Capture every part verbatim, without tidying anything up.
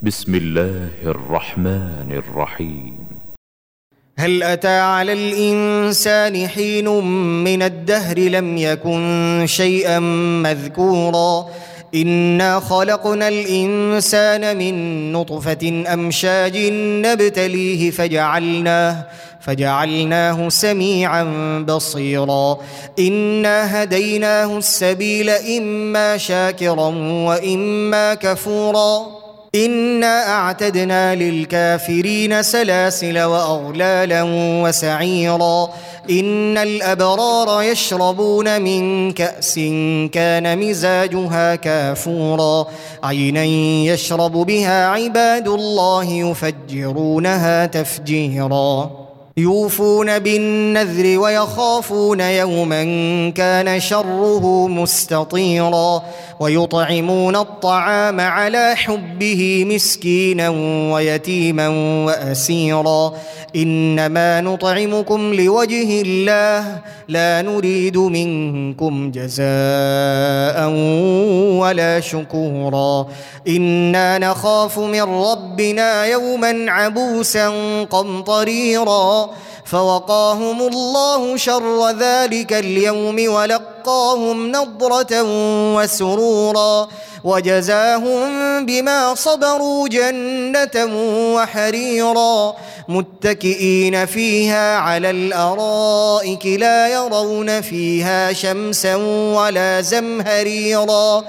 بسم الله الرحمن الرحيم. هل أتى على الإنسان حين من الدهر لم يكن شيئا مذكورا إنا خلقنا الإنسان من نطفة أمشاج نبتليه فجعلناه فجعلناه سميعا بصيرا إنا هديناه السبيل إما شاكرا وإما كفورا إنا أعتدنا للكافرين سلاسل وأغلالا وسعيرا إن الأبرار يشربون من كأس كان مزاجها كافورا عينا يشرب بها عباد الله يفجرونها تفجيرا يوفون بالنذر ويخافون يوما كان شره مستطيرا ويطعمون الطعام على حبه مسكينا ويتيما وأسيرا إنما نطعمكم لوجه الله لا نريد منكم جزاء ولا شكورا إنا نخاف من ربنا يوما عبوسا قمطريرا فوقاهم الله شر ذلك اليوم ولقاهم نضرة وسرورا وجزاهم بما صبروا جنة وحريرا متكئين فيها على الأرائك لا يرون فيها شمسا ولا زمهريرا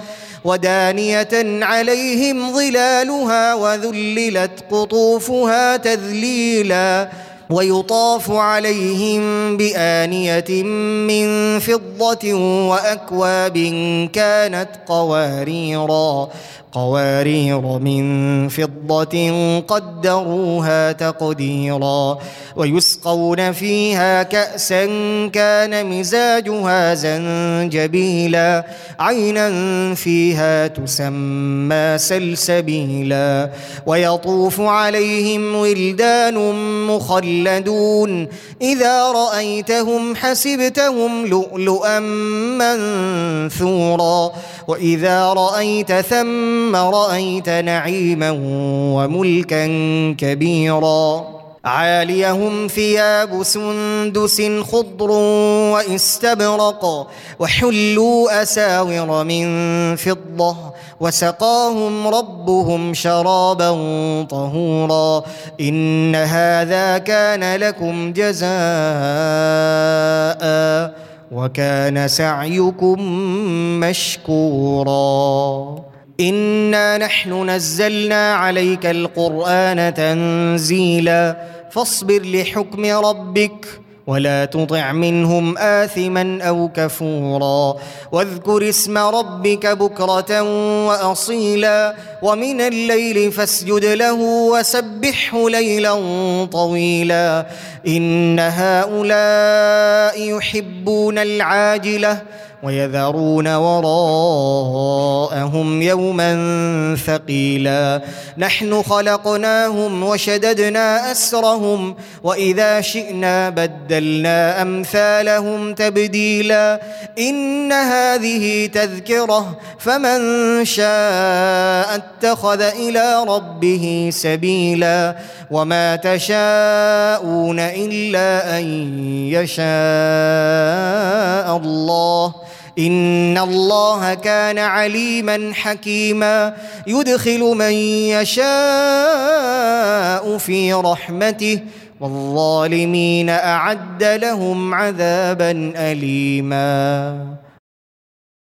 ودانية عليهم ظلالها وذللت قطوفها تذليلا ويطاف عليهم بآنية من فضة وأكواب كانت قواريرا قوارير من فضة قدروها تقديرا ويسقون فيها كأسا كان مزاجها زنجبيلا عينا فيها تسمى سلسبيلا ويطوف عليهم ولدان مخلدون إذا رأيتهم حسبتهم لؤلؤا منثورا وإذا رأيت ثم رأيت نعيما وملكا كبيرا عاليهم ثياب سندس خضر واستبرق وحلوا أساور من فضة وسقاهم ربهم شرابا طهورا إن هذا كان لكم جزاء وكان سعيكم مشكورا إنا نحن نزلنا عليك القرآن تنزيلا فاصبر لحكم ربك ولا تطع منهم آثما أو كفورا واذكر اسم ربك بكرة وأصيلا ومن الليل فاسجد له وسبحه ليلا طويلا إن هؤلاء يحبون العاجلة ويذرون وراءهم يوما ثقيلا نحن خلقناهم وشددنا أسرهم وإذا شئنا بدلنا أمثالهم تبديلا إن هذه تذكرة فمن شاء اتخذ إلى ربه سبيلا وما تشاءون إلا أن يشاء الله إن الله كان عليما حكيما يدخل من يشاء في رحمته والظالمين أعد لهم عذابا أليما.